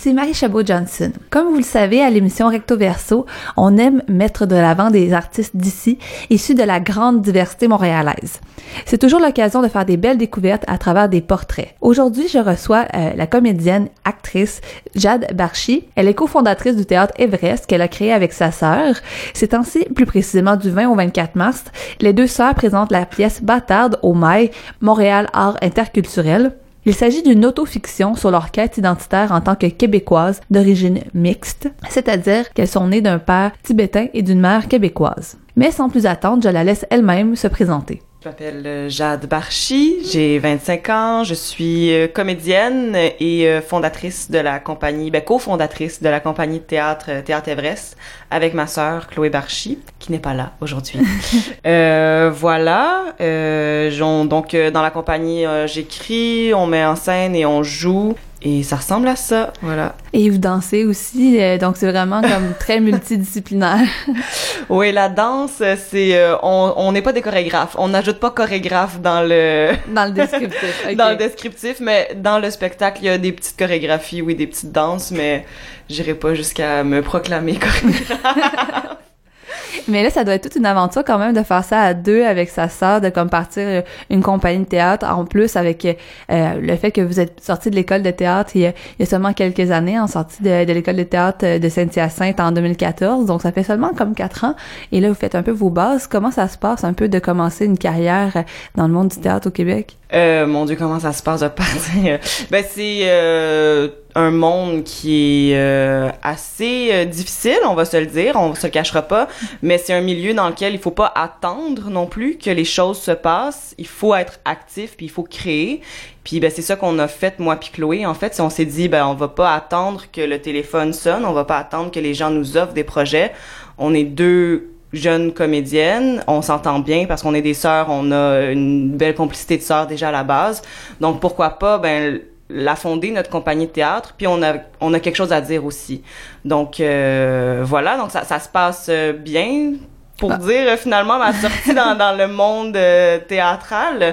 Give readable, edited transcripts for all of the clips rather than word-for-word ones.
ici Marie Chabot-Johnson. Comme vous le savez, à l'émission Recto Verso, on aime mettre de l'avant des artistes d'ici, issus de la grande diversité montréalaise. C'est toujours l'occasion de faire des belles découvertes à travers des portraits. Aujourd'hui, je reçois la comédienne, actrice Jade Barchi. Elle est cofondatrice du théâtre Everest qu'elle a créé avec sa sœur. Ces temps-ci, plus précisément du 20 au 24 mars, les deux sœurs présentent la pièce Bâtarde au MAI, Montréal Art Interculturel. Il s'agit d'une autofiction sur leur quête identitaire en tant que québécoises d'origine mixte, c'est-à-dire qu'elles sont nées d'un père tibétain et d'une mère québécoise. Mais sans plus attendre, je la laisse elle-même se présenter. Je m'appelle Jade Barchi, j'ai 25 ans, je suis comédienne et fondatrice de la compagnie, cofondatrice de la compagnie de théâtre Everest avec ma sœur Chloé Barchi, qui n'est pas là aujourd'hui. Voilà, donc dans la compagnie, j'écris, on met en scène et on joue. Et ça ressemble à ça, voilà. Et vous dansez aussi, donc c'est vraiment comme très multidisciplinaire. Oui, la danse, c'est... on n'est pas des chorégraphes. On n'ajoute pas chorégraphe dans le... Dans le descriptif, OK. Dans le descriptif, mais dans le spectacle, il y a des petites chorégraphies, oui, des petites danses, mais j'irai pas jusqu'à me proclamer chorégraphe. Mais là, ça doit être toute une aventure quand même de faire ça à deux avec sa sœur, de comme partir une compagnie de théâtre, en plus avec le fait que vous êtes sorti de l'école de théâtre il y a seulement quelques années, en sortie de l'école de théâtre de Saint-Hyacinthe en 2014, donc ça fait seulement comme 4 ans, et là, vous faites un peu vos bases. Comment ça se passe un peu de commencer une carrière dans le monde du théâtre au Québec? Mon Dieu, comment ça se passe de partir? C'est un monde qui est assez difficile, on va se le dire, on se le cachera pas, mais c'est un milieu dans lequel il faut pas attendre non plus que les choses se passent, il faut être actif puis il faut créer. Puis c'est ça qu'on a fait moi puis Chloé. En fait, on s'est dit on va pas attendre que le téléphone sonne, on va pas attendre que les gens nous offrent des projets. On est deux jeunes comédiennes, on s'entend bien parce qu'on est des sœurs, on a une belle complicité de sœurs déjà à la base. Donc pourquoi pas la fonder, notre compagnie de théâtre, puis on a quelque chose à dire aussi. Donc voilà, donc ça se passe bien. Pour dire finalement ma sortie dans le monde théâtral,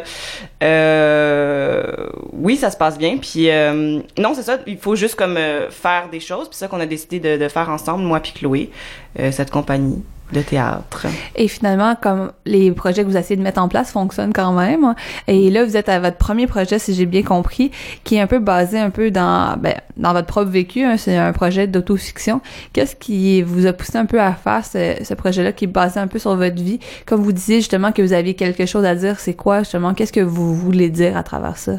oui, ça se passe bien. Puis non, c'est ça, il faut juste comme faire des choses. Puis ça qu'on a décidé de faire ensemble, moi puis Chloé, cette compagnie de théâtre. Et finalement, comme les projets que vous essayez de mettre en place fonctionnent quand même, et là, vous êtes à votre premier projet, si j'ai bien compris, qui est un peu basé un peu dans votre propre vécu, hein, c'est un projet d'autofiction. Qu'est-ce qui vous a poussé un peu à faire ce projet-là qui est basé un peu sur votre vie? Comme vous disiez justement que vous aviez quelque chose à dire, c'est quoi justement? Qu'est-ce que vous voulez dire à travers ça?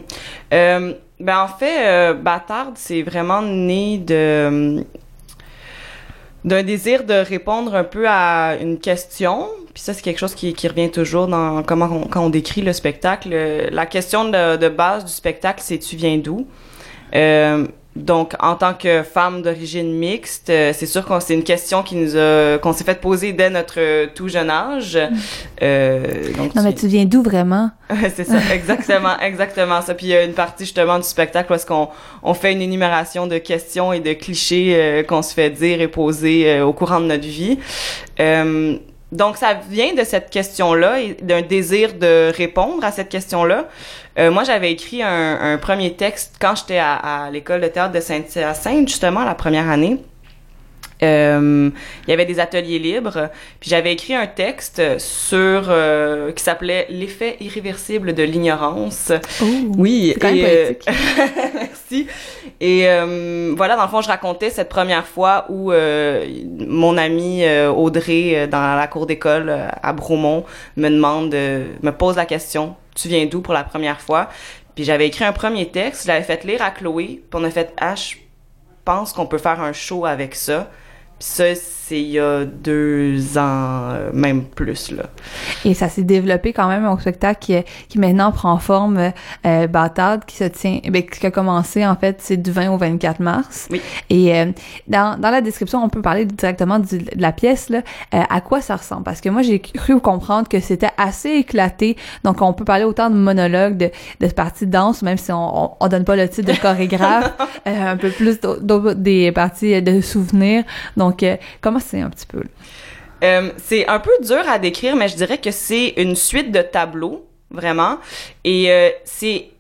En fait, Bâtarde, c'est vraiment né d'un désir de répondre un peu à une question. Puis ça, c'est quelque chose qui revient toujours dans quand on décrit le spectacle. La question de base du spectacle, c'est « Tu viens d'où? » Donc, en tant que femme d'origine mixte, c'est sûr que c'est une question qu'on s'est fait poser dès notre tout jeune âge. Donc non, mais tu viens d'où vraiment? C'est ça, exactement ça. Puis il y a une partie justement du spectacle où est-ce qu'on fait une énumération de questions et de clichés qu'on se fait dire et poser au courant de notre vie. Donc, ça vient de cette question-là et d'un désir de répondre à cette question-là. Moi, j'avais écrit un premier texte quand j'étais à l'école de théâtre de Saint-Hyacinthe, justement, la première année. Il y avait des ateliers libres, puis j'avais écrit un texte qui s'appelait « L'effet irréversible de l'ignorance ». Oui, c'est quand même poétique. Merci. Et voilà, dans le fond, je racontais cette première fois où mon amie Audrey, dans la cour d'école à Bromont, me pose la question « Tu viens d'où pour la première fois? » Puis j'avais écrit un premier texte, je l'avais fait lire à Chloé, puis on a fait « Ah, je pense qu'on peut faire un show avec ça. » Puis ça, c'est il y a 2 ans, même plus, là. Et ça s'est développé quand même au spectacle qui maintenant prend forme Bâtarde, qui a commencé, en fait, c'est du 20 au 24 mars. Oui. Et dans la description, on peut parler directement de la pièce, là. À quoi ça ressemble? Parce que moi, j'ai cru comprendre que c'était assez éclaté. Donc, on peut parler autant de monologue, de parties de danse, même si on donne pas le titre de chorégraphe, un peu plus des parties de souvenirs. Donc, comment c'est un petit peu? C'est un peu dur à décrire, mais je dirais que c'est une suite de tableaux, vraiment. Et c'est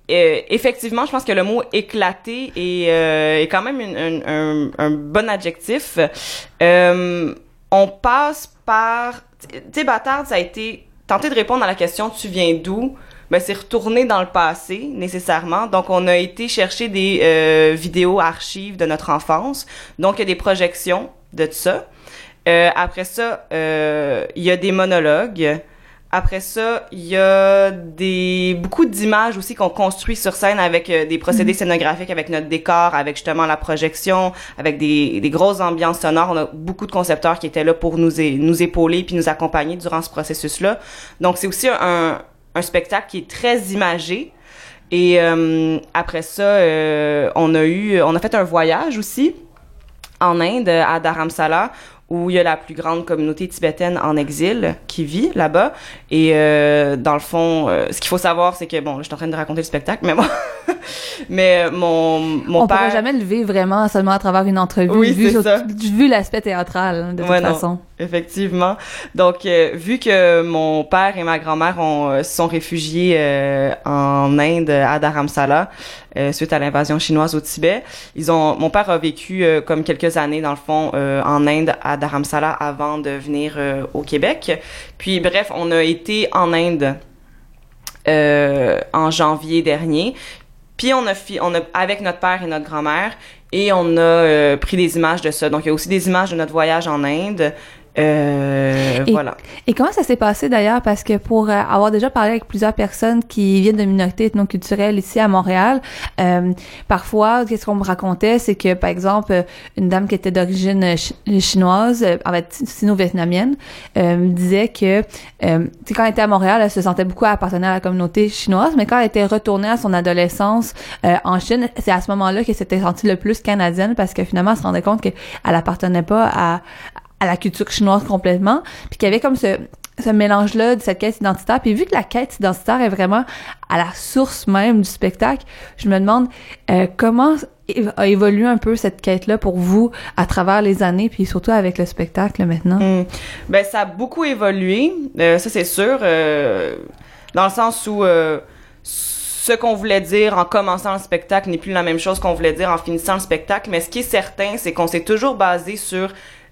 effectivement, je pense que le mot éclaté est quand même un bon adjectif. On passe par... Tu sais, Bâtard, ça a été... Tenter de répondre à la question « Tu viens d'où? » Ben, c'est retourner dans le passé, nécessairement. Donc, on a été chercher des vidéos archives de notre enfance. Donc, il y a des projections de tout ça. Après ça, il y a des monologues. Après ça, il y a beaucoup d'images aussi qu'on construit sur scène avec des procédés scénographiques, avec notre décor, avec justement la projection, avec des grosses ambiances sonores. On a beaucoup de concepteurs qui étaient là pour nous épauler puis nous accompagner durant ce processus-là. Donc, c'est aussi un spectacle qui est très imagé. Et après ça, on a fait un voyage aussi en Inde, à Dharamsala, où il y a la plus grande communauté tibétaine en exil qui vit là-bas. Et dans le fond, ce qu'il faut savoir, c'est que, bon, là, je suis en train de raconter le spectacle, mais mon on père... pourrait jamais le vivre vraiment seulement à travers une entrevue, oui, vu l'aspect théâtral, hein, de toute façon. Non, effectivement. Donc, vu que mon père et ma grand-mère se sont réfugiés en Inde, à Dharamsala, suite à l'invasion chinoise au Tibet, mon père a vécu comme quelques années, dans le fond, en Inde, à Dharamsala, avant de venir au Québec. Puis, bref, on a été en Inde en janvier dernier. Puis on a avec notre père et notre grand-mère, et on a pris des images de ça. Donc, il y a aussi des images de notre voyage en Inde. Voilà. Et comment ça s'est passé d'ailleurs? Parce que pour avoir déjà parlé avec plusieurs personnes qui viennent de minorités ethnoculturelles ici à Montréal, parfois, qu'est-ce qu'on me racontait, c'est que, par exemple, une dame qui était d'origine chinoise, en fait, sino-vietnamienne, me disait que, tu sais, quand elle était à Montréal, elle se sentait beaucoup appartenir à la communauté chinoise, mais quand elle était retournée à son adolescence en Chine, c'est à ce moment-là qu'elle s'était sentie le plus canadienne, parce que finalement, elle se rendait compte qu'elle appartenait pas à la culture chinoise complètement, puis qu'il y avait comme ce mélange-là de cette quête identitaire. Puis vu que la quête identitaire est vraiment à la source même du spectacle, je me demande comment a évolué un peu cette quête-là pour vous à travers les années, puis surtout avec le spectacle maintenant. Ben, ça a beaucoup évolué, ça c'est sûr, dans le sens où ce qu'on voulait dire en commençant le spectacle n'est plus la même chose qu'on voulait dire en finissant le spectacle, mais ce qui est certain, c'est qu'on s'est toujours basé sur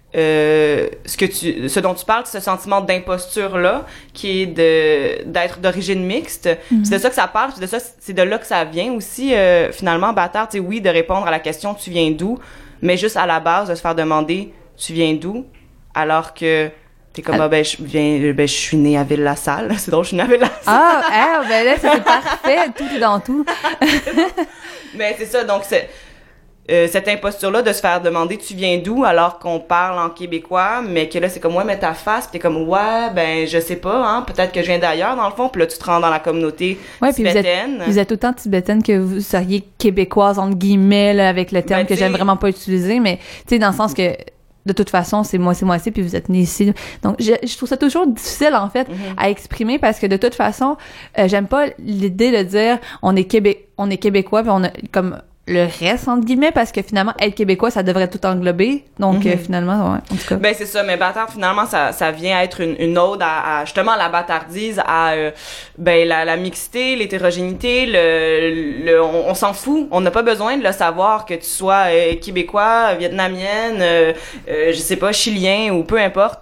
ce dont tu parles, ce sentiment d'imposture-là, qui est d'être d'origine mixte. C'est de ça que ça parle, c'est de là que ça vient aussi, finalement, Bâtard, tu sais, oui, de répondre à la question « tu viens d'où?», mais juste à la base, de se faire demander « tu viens d'où?», alors que t'es comme je suis née à Ville-la-Salle. C'est drôle, je suis née à Ville-la-Salle. Ben là, c'est parfait, tout est dans tout. Mais c'est ça, donc cette imposture-là de se faire demander tu viens d'où alors qu'on parle en québécois, mais que là c'est comme ouais mais ta face, pis t'es comme ouais ben je sais pas, hein, peut-être que je viens d'ailleurs dans le fond, puis là tu te rends dans la communauté tibétaine. Puis vous êtes autant tibétaine que vous seriez québécoise entre guillemets là, avec le terme que j'aime vraiment pas utiliser, mais tu sais dans le sens que de toute façon, c'est moi, puis vous êtes nés ici. Donc, je trouve ça toujours difficile, en fait, à exprimer parce que de toute façon, j'aime pas l'idée de dire on est québécois, puis on a comme le reste, entre guillemets, parce que finalement, être québécois, ça devrait tout englober. Donc, finalement, ouais, en tout cas. Ben, c'est ça. Mais Bâtard, finalement, ça vient être une ode à justement, la bâtardise, à, la mixité, l'hétérogénéité, on s'en fout. On n'a pas besoin de le savoir que tu sois québécois, vietnamienne, je sais pas, chilien ou peu importe.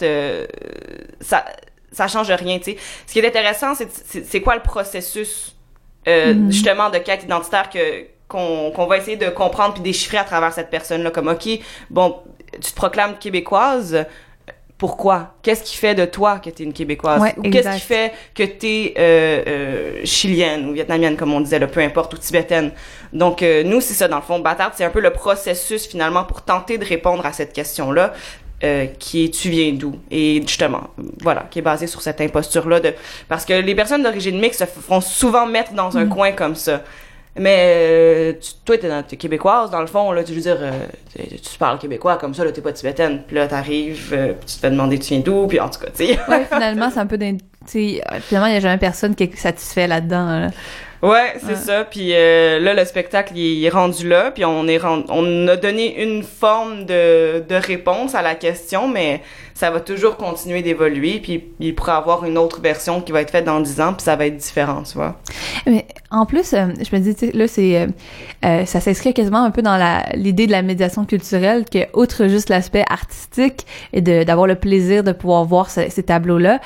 Ça change rien, tu sais. Ce qui est intéressant, c'est quoi le processus, justement, de quête identitaire qu'on va essayer de comprendre puis déchiffrer à travers cette personne-là, comme OK, bon, tu te proclames québécoise, pourquoi? Qu'est-ce qui fait de toi que t'es une québécoise? Ouais, ou qu'est-ce qui fait que t'es chilienne ou vietnamienne, comme on disait, là, peu importe, ou tibétaine. Donc, nous, c'est ça, dans le fond, Bâtard, c'est un peu le processus, finalement, pour tenter de répondre à cette question-là, qui est « tu viens d'où ?» Et justement, voilà, qui est basé sur cette imposture-là parce que les personnes d'origine mixte se font souvent mettre dans un coin comme ça. Mais toi, t'es québécoise, dans le fond, là, tu veux dire, tu parles québécois comme ça, là, t'es pas tibétaine. Puis là, t'arrives, puis tu te fais demander tu viens d'où, puis en tout cas, tu sais. Ouais, finalement, c'est un peu finalement, il y a jamais personne qui est satisfait là-dedans. Là. Ouais, c'est ça. Puis là, le spectacle, il est rendu là, puis on a donné une forme de réponse à la question, mais ça va toujours continuer d'évoluer, puis il pourra avoir une autre version qui va être faite dans 10 ans, puis ça va être différent, tu vois. Mais en plus, je me dis, tu sais, là, ça s'inscrit quasiment un peu dans l'idée de la médiation culturelle, que outre juste l'aspect artistique et d'avoir le plaisir de pouvoir voir ces tableaux-là,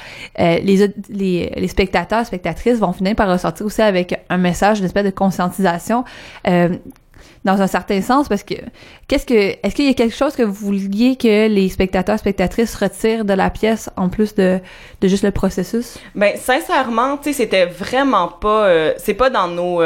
les spectateurs, spectatrices vont finir par ressortir aussi avec un message, une espèce de conscientisation, dans un certain sens, parce que est-ce qu'il y a quelque chose que vous vouliez que les spectateurs, spectatrices retirent de la pièce en plus de juste le processus? Ben, sincèrement, tu sais, c'était vraiment pas, c'est pas dans nos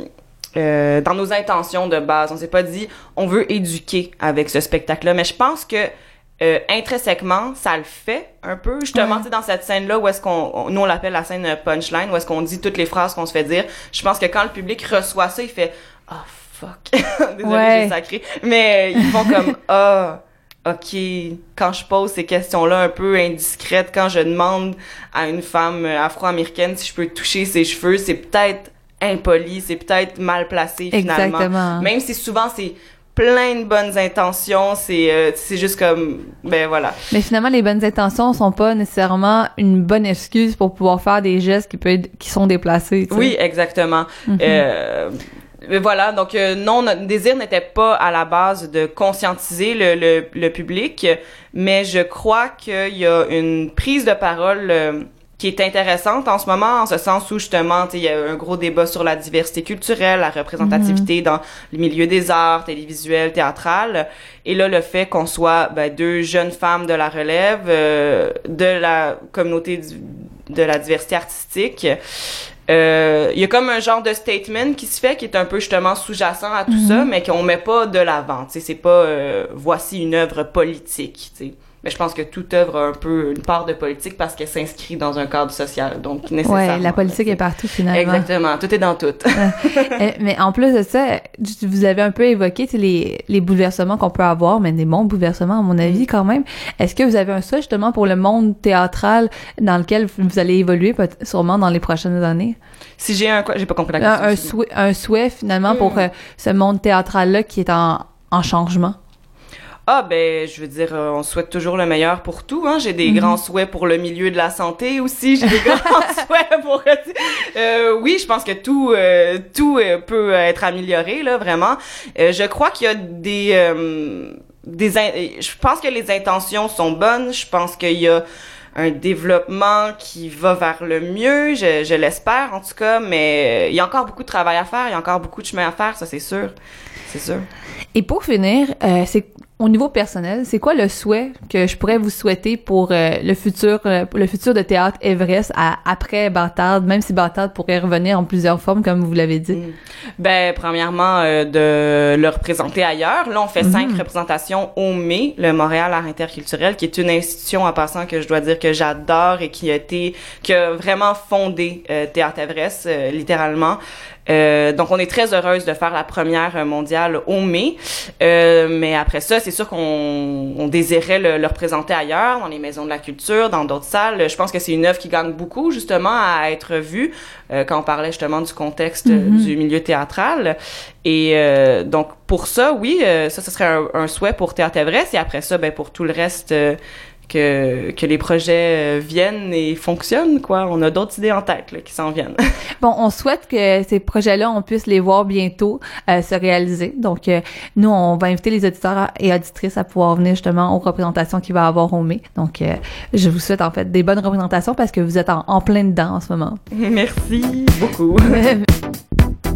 intentions de base. On s'est pas dit, on veut éduquer avec ce spectacle-là, mais je pense que intrinsèquement, ça le fait un peu. Justement, tu sais, dans cette scène-là où est-ce nous on l'appelle la scène punchline, où est-ce qu'on dit toutes les phrases qu'on se fait dire. Je pense que quand le public reçoit ça, il fait « Ah, fuck! » Désolée, j'ai sacré. Mais ils font comme « Ah, OK. » Quand je pose ces questions-là un peu indiscrètes, quand je demande à une femme afro-américaine si je peux toucher ses cheveux, c'est peut-être impoli, c'est peut-être mal placé, finalement. Exactement. Même si souvent, c'est plein de bonnes intentions, c'est juste comme, ben voilà. Mais finalement, les bonnes intentions sont pas nécessairement une bonne excuse pour pouvoir faire des gestes qui sont déplacés, tu sais. Oui, exactement. Voilà, donc non, notre désir n'était pas à la base de conscientiser le public, mais je crois qu'il y a une prise de parole qui est intéressante en ce moment, en ce sens où justement, il y a un gros débat sur la diversité culturelle, la représentativité dans le milieu des arts, télévisuel, théâtral, et là, le fait qu'on soit deux jeunes femmes de la relève, de la communauté de la diversité artistique, il y a comme un genre de statement qui se fait, qui est un peu justement sous-jacent à tout ça, mais qu'on met pas de l'avant, tu sais, c'est pas voici une œuvre politique, tu sais. Mais je pense que toute œuvre a un peu une part de politique parce qu'elle s'inscrit dans un cadre social, donc nécessairement. Ouais, la politique est partout finalement. Exactement, tout est dans tout. Mais en plus de ça, vous avez un peu évoqué les bouleversements qu'on peut avoir, mais des bons bouleversements à mon avis quand même. Est-ce que vous avez un souhait justement pour le monde théâtral dans lequel vous allez évoluer sûrement dans les prochaines années? Si j'ai j'ai pas compris la question. Un souhait finalement pour ce monde théâtral-là qui est en changement. Ah, ben, je veux dire, on souhaite toujours le meilleur pour tout, hein. J'ai des grands souhaits pour le milieu de la santé aussi. J'ai des grands souhaits pour... oui, je pense que tout peut être amélioré, là, vraiment. Je crois qu'il y a je pense que les intentions sont bonnes. Je pense qu'il y a un développement qui va vers le mieux, je l'espère, en tout cas, mais il y a encore beaucoup de travail à faire, il y a encore beaucoup de chemin à faire, ça, c'est sûr. C'est sûr. Et pour finir, au niveau personnel, c'est quoi le souhait que je pourrais vous souhaiter pour le futur de Théâtre Everest après Bâtarde, même si Bâtarde pourrait revenir en plusieurs formes, comme vous l'avez dit? Ben, premièrement, de le représenter ailleurs. Là, on fait 5 représentations au mai, le Montréal Art Interculturel, qui est une institution en passant que je dois dire que j'adore et qui a vraiment fondé Théâtre Everest, littéralement. Donc, on est très heureuse de faire la première mondiale au mai. Mais après ça, c'est sûr qu'on désirait le représenter ailleurs, dans les maisons de la culture, dans d'autres salles. Je pense que c'est une œuvre qui gagne beaucoup, justement, à être vue, quand on parlait justement du contexte du milieu théâtral. Et donc, pour ça, oui, ça serait un souhait pour Théâtre Everest. Et après ça, ben pour tout le reste... que les projets viennent et fonctionnent, quoi. On a d'autres idées en tête là, qui s'en viennent. Bon, on souhaite que ces projets-là, on puisse les voir bientôt se réaliser. Donc, nous, on va inviter les auditeurs et auditrices à pouvoir venir justement aux représentations qu'il va y avoir au mai. Donc, je vous souhaite en fait des bonnes représentations parce que vous êtes en plein dedans en ce moment. Merci beaucoup.